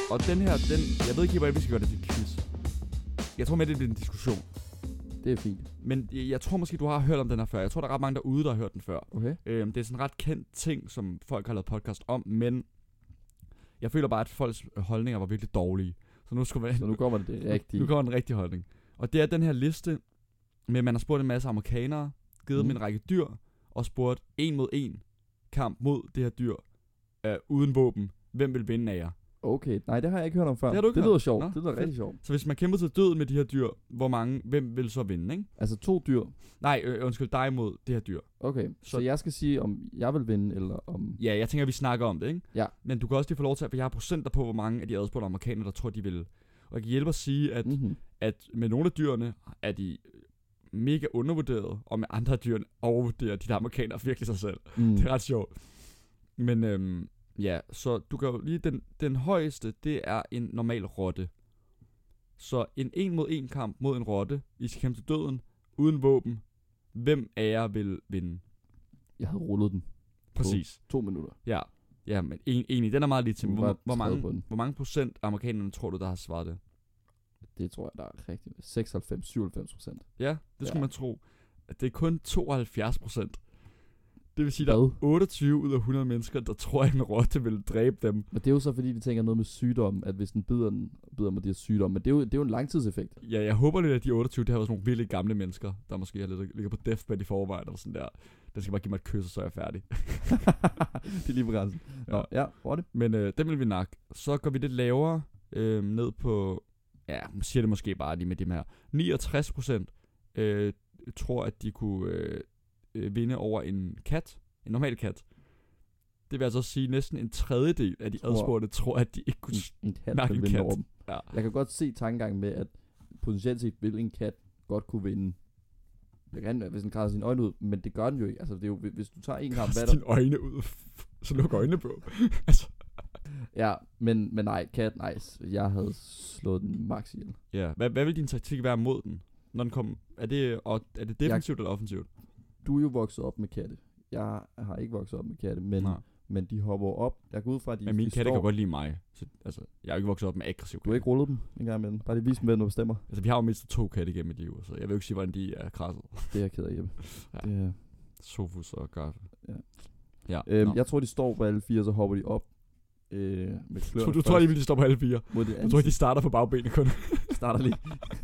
Og den her, jeg ved ikke helt, hvordan vi skal gøre det til quiz. Jeg tror med, det bliver en diskussion. Det er fint. Men jeg tror måske, du har hørt om den her før. Jeg tror, der er ret mange derude, der har hørt den før. Okay. Det er sådan en ret kendt ting, som folk har lavet podcast om, men jeg føler bare, at folks holdninger var virkelig dårlige. Så nu kommer det rigtige. Nu kommer den rigtige holdning. Og det er den her liste med, man har spurgt en masse amerikanere, givet dem en række dyr, og spurgt 1 mod 1 kamp mod det her dyr, uden våben. Hvem vil vinde af jer? Okay, nej, det har jeg ikke hørt om før. Det lyder sjovt. Nå, det lyder rigtig sjovt. Så hvis man kæmper til døden med de her dyr, hvem vil så vinde, ikke? Altså 2 dyr? Nej, undskyld, dig mod det her dyr. Okay, så jeg skal sige, om jeg vil vinde, eller om... Ja, jeg tænker, vi snakker om det, ikke? Ja. Men du kan også lige få lov til, for jeg har procenter på, hvor mange af de adspurgte amerikanere, der tror, de vil. Og jeg kan hjælpe at sige, at med nogle af dyrene er de mega undervurderet, og med andre af dyrene overvurderer de der amerikanere virkelig sig selv. Det er ret sjovt. Men ja, så du kan jo lige, den højeste, det er en normal rotte. Så en 1 mod 1 kamp mod en rotte, I skal kæmpe til døden, uden våben. Hvem af jer vil vinde? Jeg havde rullet den. Præcis. 2 minutter. Ja, men egentlig, den er meget lige til. Hvor mange procent af amerikanerne tror du, der har svaret det? Det tror jeg, der er rigtigt. 96-97%. Ja, det skulle man tro. At det er kun 72%. Det vil sige, der er 28 ud af 100 mennesker, der tror, at en rotte vil dræbe dem. Men det er jo så, fordi de tænker noget med sygdom, at hvis den bider med de her sygdomme. Men det er jo en langtidseffekt. Ja, jeg håber lidt, at de 28, det har været sådan nogle virkelig gamle mennesker, der måske ligger på deathbed i forvejen, og sådan der. Den skal bare give mig et kys, og så er jeg færdig. Det er lige på grænsen. Ja, rotte. Men den vil vi nok. Så går vi lidt lavere ned på, ja, siger det måske bare lige med dem her. 69% tror, at de kunne vinde over en kat. En normal kat. Det vil altså sige, næsten en tredjedel af de adspurgte tror, at de ikke kunne snakke en kat. Ja. Jeg kan godt se tankegangen med, at potentielt set vil en kat godt kunne vinde. Det kan, hvis den græder sine øjne ud, men det gør den jo ikke. Altså, det er jo, hvis du tager en kamp... Græder dine øjne ud, så luk øjnene på. Altså. Ja, men nej, kat, nice. Jeg havde slået den max ihjel. Ja, hvad vil din taktik være mod den, når den kom? Er det defensivt eller offensivt? Du er jo vokset op med katte. Jeg har ikke vokset op med katte, men de hopper op. Jeg går ud fra, at de... Men mine katte kan godt lide mig. Så, altså, jeg er jo ikke vokset op med aggressiv katte. Du har ikke rullet dem en gang imellem? Bare lige vise dem, hvad du bestemmer. Altså, vi har jo mistet 2 katte igennem mit liv, så jeg vil jo ikke sige, hvordan de er krasset. Det er jeg ked af, Jeppe. Ja. Sofus og Garfe. Ja. Jeg tror, de står på alle 4, så hopper de op. Med klør. Du tror, de står på alle 4? Jeg tror, de starter på bagbenene kun. Starter lige.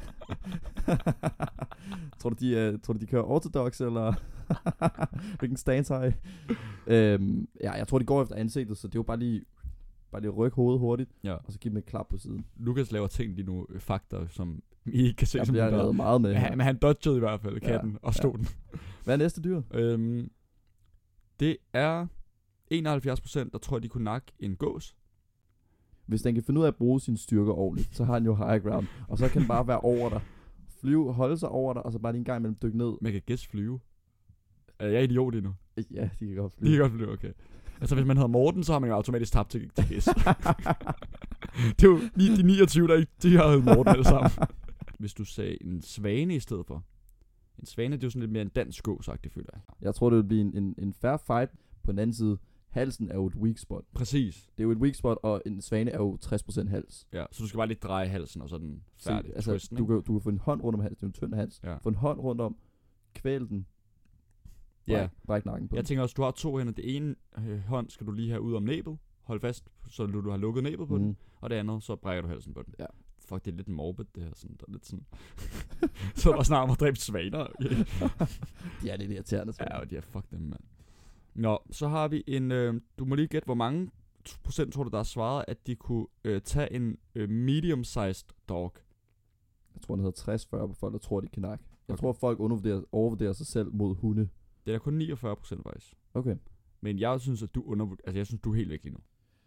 Tror du, de kører orthodox, eller hvilken stance har I? Ja, jeg tror, de går efter ansigtet, så det er jo bare lige rykke hovedet hurtigt, og så give dem et klap på siden. Lukas laver ting lige nu, fakta, som I ikke kan se. Jeg har lavet meget med. Men han dodgede i hvert fald katten, og stod den. Hvad er næste dyr? Det er 71%, der tror, de kunne nakke en gås. Hvis den kan finde ud af at bruge sine styrker ordentligt, så har den jo high ground, og så kan den bare være over dig. Holde sig over dig, og så bare lige en gang imellem dykke ned. Man kan gæst flyve. Er jeg idiot endnu? Ja, de kan godt flyve. De kan godt flyve, okay. Altså, hvis man hedder Morten, så har man jo automatisk tabt til gæst. Det er jo lige de 29, der ikke de har heddet Morten alle sammen. Hvis du sagde en svane i stedet for. En svane, det er jo sådan lidt mere en dansk gås-agtig, føler jeg. Jeg tror, det vil blive en fair fight. På den anden side, halsen er jo et weak spot. Præcis. Det er jo et weak spot, og en svane er jo 60% hals. Ja, så du skal bare lidt dreje halsen, og så er den færdig. Altså, twisten, du kan få en hånd rundt om halsen, det er en tynd hals. Ja. Få en hånd rundt om, kvæl den. Ja. Bræk nakken på Jeg tænker også, du har 2 hænder. Det ene hånd skal du lige have ud om næbet. Hold fast, så du har lukket næbet på den. Og det andet, så brækker du halsen på den. Ja. Fuck, det er lidt morbid, det her. Sådan, der er lidt sådan... så er der snart om at dræbe svaner. Ja, det er irriterende. Ja, og de er fuck dem, mand. Nå, så har vi en... du må lige gætte, hvor mange procent tror du, der har svaret, at de kunne tage en medium-sized dog? Jeg tror, den hedder 60-40 på folk, der tror, de kan nakke. Jeg tror, folk overvurderer sig selv mod hunde. Det er kun 49% faktisk. Okay. Men jeg synes, at du undervurderer... Altså, jeg synes, du er helt væk lige nu.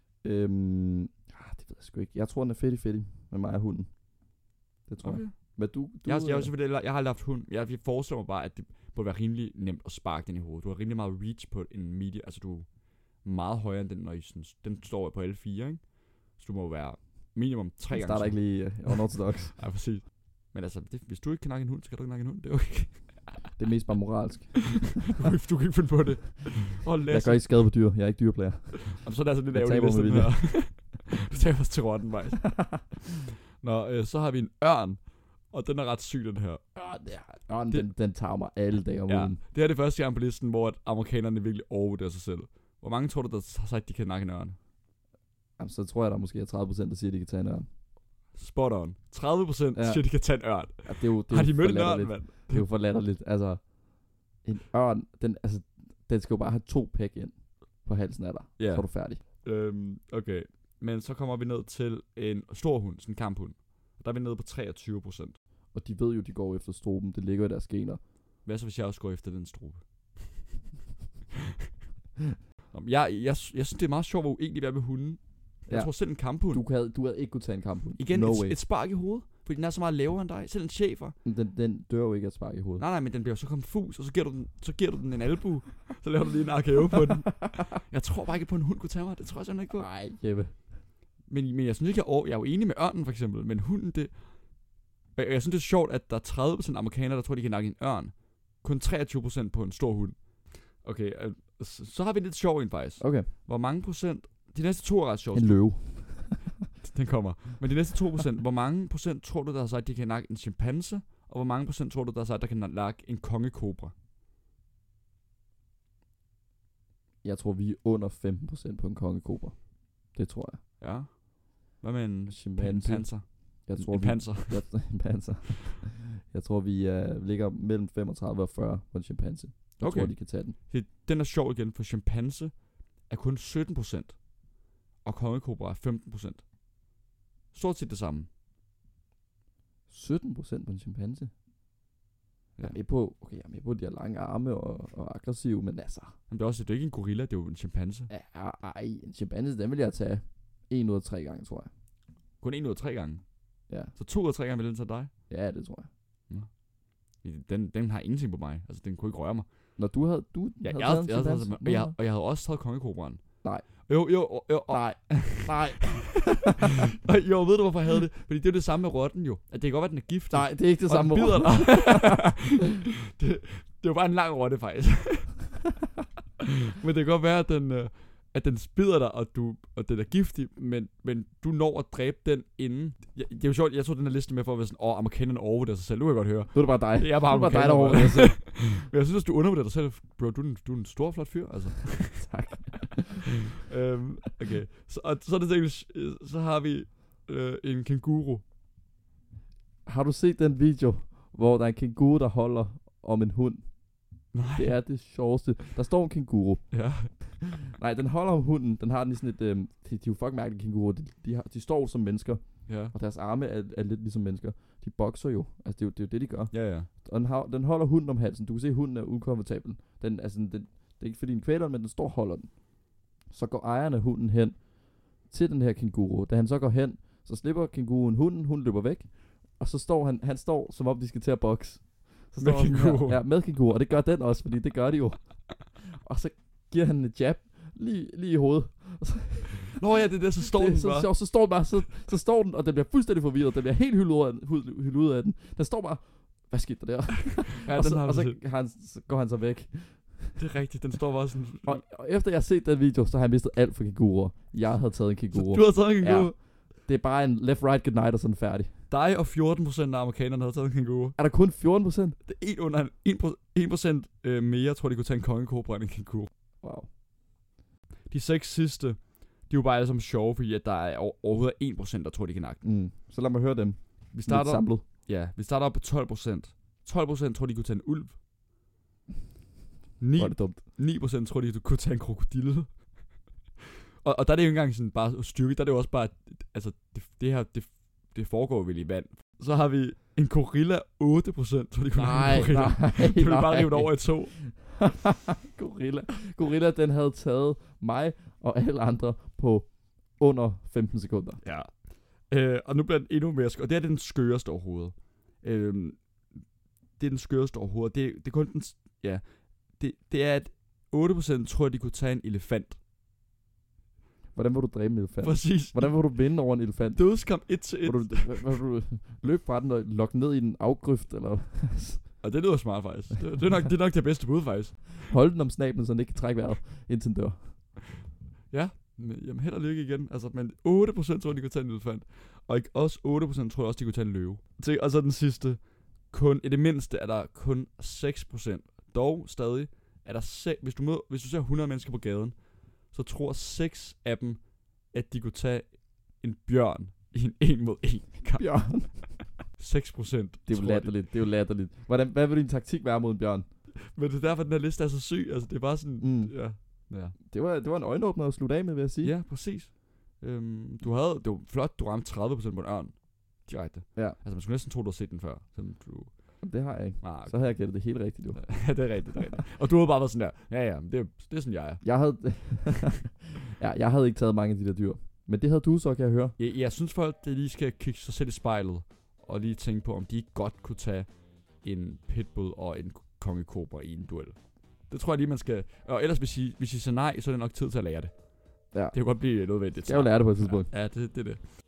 Det ved jeg sgu ikke. Jeg tror, den er fedt med mig og hunden. Det tror jeg. Men jeg har aldrig haft hund. Jeg forestiller mig bare, at det burde være rimelig nemt at sparke den i hovedet. Du har rimelig meget reach på en medium. Altså, du er meget højere end den, når I synes, den står på alle 4, ikke? Så du må være minimum 3 gange. Starter ikke lige unorthodox. Ja, præcis. Men altså, hvis du ikke kan nakke en hund, så kan du ikke nakke en hund. Det er okay. Det er mest bare moralsk. Du kan ikke finde på det. Jeg gør ikke skade på dyr. Jeg er ikke dyreplejer. Og så er det altså lidt ærgerligt, hvis den her... taber os til rotten, faktisk. Nå, så har vi en ørn. Og den er ret syg, den her. Den tager mig alle dage om ugen. Det er det første gang på listen, hvor at amerikanerne virkelig overvurderer sig selv. Hvor mange tror du, der har sagt, at de kan nakke en ørn? Jamen, så tror jeg, der måske er 30%, der siger, at de kan tage en ørn. Spot on. 30% siger, at de kan tage en ørn. Ja, det har de mødt en ørn, mand? Det er jo for latterligt. Altså, en ørn, den skal jo bare have 2 pæk ind på halsen af dig. Så er du færdig. Okay. Men så kommer vi ned til en stor hund, sådan en kamphund. Der er vi nede på 23%. Og de ved jo, de går efter struben. Det ligger i deres gener. Hvad så, hvis jeg også går efter den strube? Jeg synes, det er meget sjovt, hvor uenige vi er med hunden. Jeg tror selv en kamphund. Du havde ikke kunne tage en kamphund. Igen, et spark i hovedet. Fordi den er så meget lavere end dig. Selv en chefer. Den dør jo ikke af et spark i hovedet. Nej, men den bliver så konfus, og så giver du den en albu. Så laver du lige en RKO på den. Jeg tror bare ikke på, en hund kunne tage mig. Det tror jeg sådan ikke på. Nej, Jeppe. Men jeg synes ikke, jeg er jo enig med ørnen for eksempel. Men hunden, det... Jeg synes, det er sjovt, at der er 30% amerikanere, der tror, de kan nakke en ørn. Kun 23% på en stor hund. Okay, så har vi en lidt sjov en faktisk. Okay. Hvor mange procent... De næste 2 er ret sjovt. En løve. Den kommer. Men de næste 2%, hvor mange procent tror du, der har sagt, at de kan nakke en chimpanse? Og hvor mange procent tror du, der har sagt, at der kan nakke en kongekobra? Jeg tror, vi er under 15% på en kongekobra. Det tror jeg. Ja. Hvad med en chimpanse? En panser. En panser. Jeg tror, vi ligger mellem 35 og 40 på en chimpanse. Jeg tror, de kan tage den. Den er sjov igen, for chimpanse er kun 17%. Og kongekobra er 15%. Stort set det samme. 17% på en chimpanse? Ja. Jeg er med på, at de har lange arme og aggressive, men altså... Men det er ikke en gorilla, det er jo en chimpanse. Ja, en chimpanse, den vil jeg tage 1 ud af 3 gange, tror jeg. Kun 1 ud af 3 gange? Ja. Så 2 ud af 3 gange vil den tage dig? Ja, det tror jeg. Ja. Den har ingenting på mig. Altså, den kunne ikke røre mig. Når du havde taget en chimpanse? Og jeg havde også taget kongekobraen. Nej. Jo. Nej. Jo, ved du hvorfor jeg havde det? Fordi det er det samme med rotten jo. At det kan godt være, den er giftig. Nej, det er ikke det samme med rotten. Det er jo bare en lang rotte faktisk. Men det kan godt være, at den spider dig, og den er giftig, men du når at dræbe den inden. Det er jo sjovt, jeg tog den her liste med for at være sådan, amerikanerne overvurderer sig selv. Nu kan jeg godt høre. Nu er det bare dig. Det er bare dig, der overvurderer sig selv. Men jeg synes, at du undervurderer dig selv, bro. Du er en stor, flot fyr, altså. Tak. Okay. Så er det tænkt, så har vi en kænguru. Har du set den video, hvor der er en kænguru, der holder om en hund? Nej. Det er det sjoveste. Der står en kænguru. Ja. Nej, den holder om hunden. Den har den i sådan et... de er jo fucking mærkelige kænguruer. De står jo som mennesker. Ja. Og deres arme er lidt ligesom mennesker. De bokser jo. Altså, det er jo det, de gør. Ja. Og den holder hunden om halsen. Du kan se, at hunden er ukomfortabel. Det er ikke fordi den kvæler, men den står og holder den. Så går ejeren af hunden hen til den her kænguru. Da han så går hen, så slipper kænguruen hunden. Hunden løber væk. Og så står han står, som om de skal til at bokse. Så med kænguru. Ja, med kænguru. Og det gør den også, fordi det gør de jo. Og så giver han en jab lige i hovedet. Nå ja, det er det, så står den bare. Så står den bare, så står den, og den bliver fuldstændig forvirret. Den bliver helt hyldet ud af den. Den står bare, hvad skete der? Ja, og så går han så væk. Det er rigtigt, den står bare sådan. Og efter jeg har set den video, så har jeg mistet alt for kænguruer. Jeg havde taget en kænguru. Du har taget en kænguru? Ja. Det er bare en left, right, good night og sådan færdig. Dig og 14% af amerikanerne havde taget en kænguru. Er der kun 14%? Det er under 1% mere, tror de kunne tage en kongekobra end en kænguru. Wow. De 6 sidste, de er jo bare alle sammen sjove, fordi at der er overhovedet 1%, der tror, de kan nakke. Så lad mig høre dem. Vi starter op på 12%. 12% tror, de kunne tage en ulv. 9% tror, de kunne tage en krokodille. Og der er det jo ikke engang sådan bare styrke, der er det jo også bare, altså det foregår vel i vand. Så har vi en gorilla, 8%, tror de kunne nakke en gorilla. Nej. Det ville bare rive over i 2. Gorilla, den havde taget mig og alle andre på under 15 sekunder. Ja. Og nu bliver den endnu mere og det er den skøreste overhovedet. Det er den skøreste overhovedet. Det er kun den, ja. Det er, at 8% tror, de kunne tage en elefant. Hvordan vil du dræbe en elefant? Præcis. Hvordan vil du vinde over en elefant? Dødskamp 1-1. Vil du løbe fra den og lokke ned i en afgryft, eller? Og det lyder smart, faktisk. Det er nok det bedste bud, faktisk. Hold den om snablen, så den ikke kan trække vejret, indtil den dør. Ja, Men, jamen, held og lykke igen. Altså, men 8% tror, de kunne tage en elefant. Og ikke også 8% tror jeg også, de kunne tage en løve. Og så den sidste. I det mindste er der kun 6%. Dog stadig er der hvis du ser 100 mennesker på gaden, så tror 6 af dem, at de kunne tage en bjørn i en 1-mod-1 kamp. Bjørn. 6%. Det er jo latterligt. Det er jo latterligt. Hvad vil din taktik være mod en bjørn? Men det er derfor, den her liste er så syg. Altså, det er bare sådan... Ja. Det var en øjenåbner at slutte af med, vil jeg sige. Ja, præcis. Det var flot, du ramte 30% på en ørn. Direkte. Ja. Altså, man skulle næsten tro, du har set den før. Det har jeg ikke. Okay. Så har jeg gættet det helt rigtigt, du. Ja, det er rigtigt. Og du havde bare været sådan der, ja, det er sådan, jeg er. Jeg havde ikke taget mange af de der dyr. Men det havde du så, kan jeg høre. Jeg synes folk, det lige skal kigge sig selv i spejlet, og lige tænke på, om de ikke godt kunne tage en pitbull og en kongekobra i en duel. Det tror jeg lige, man skal... Og ellers, hvis I siger nej, så er det nok tid til at lære det. Ja. Det kan godt blive nødvendigt. Jeg vil lære det på et tidspunkt. Ja, det er det.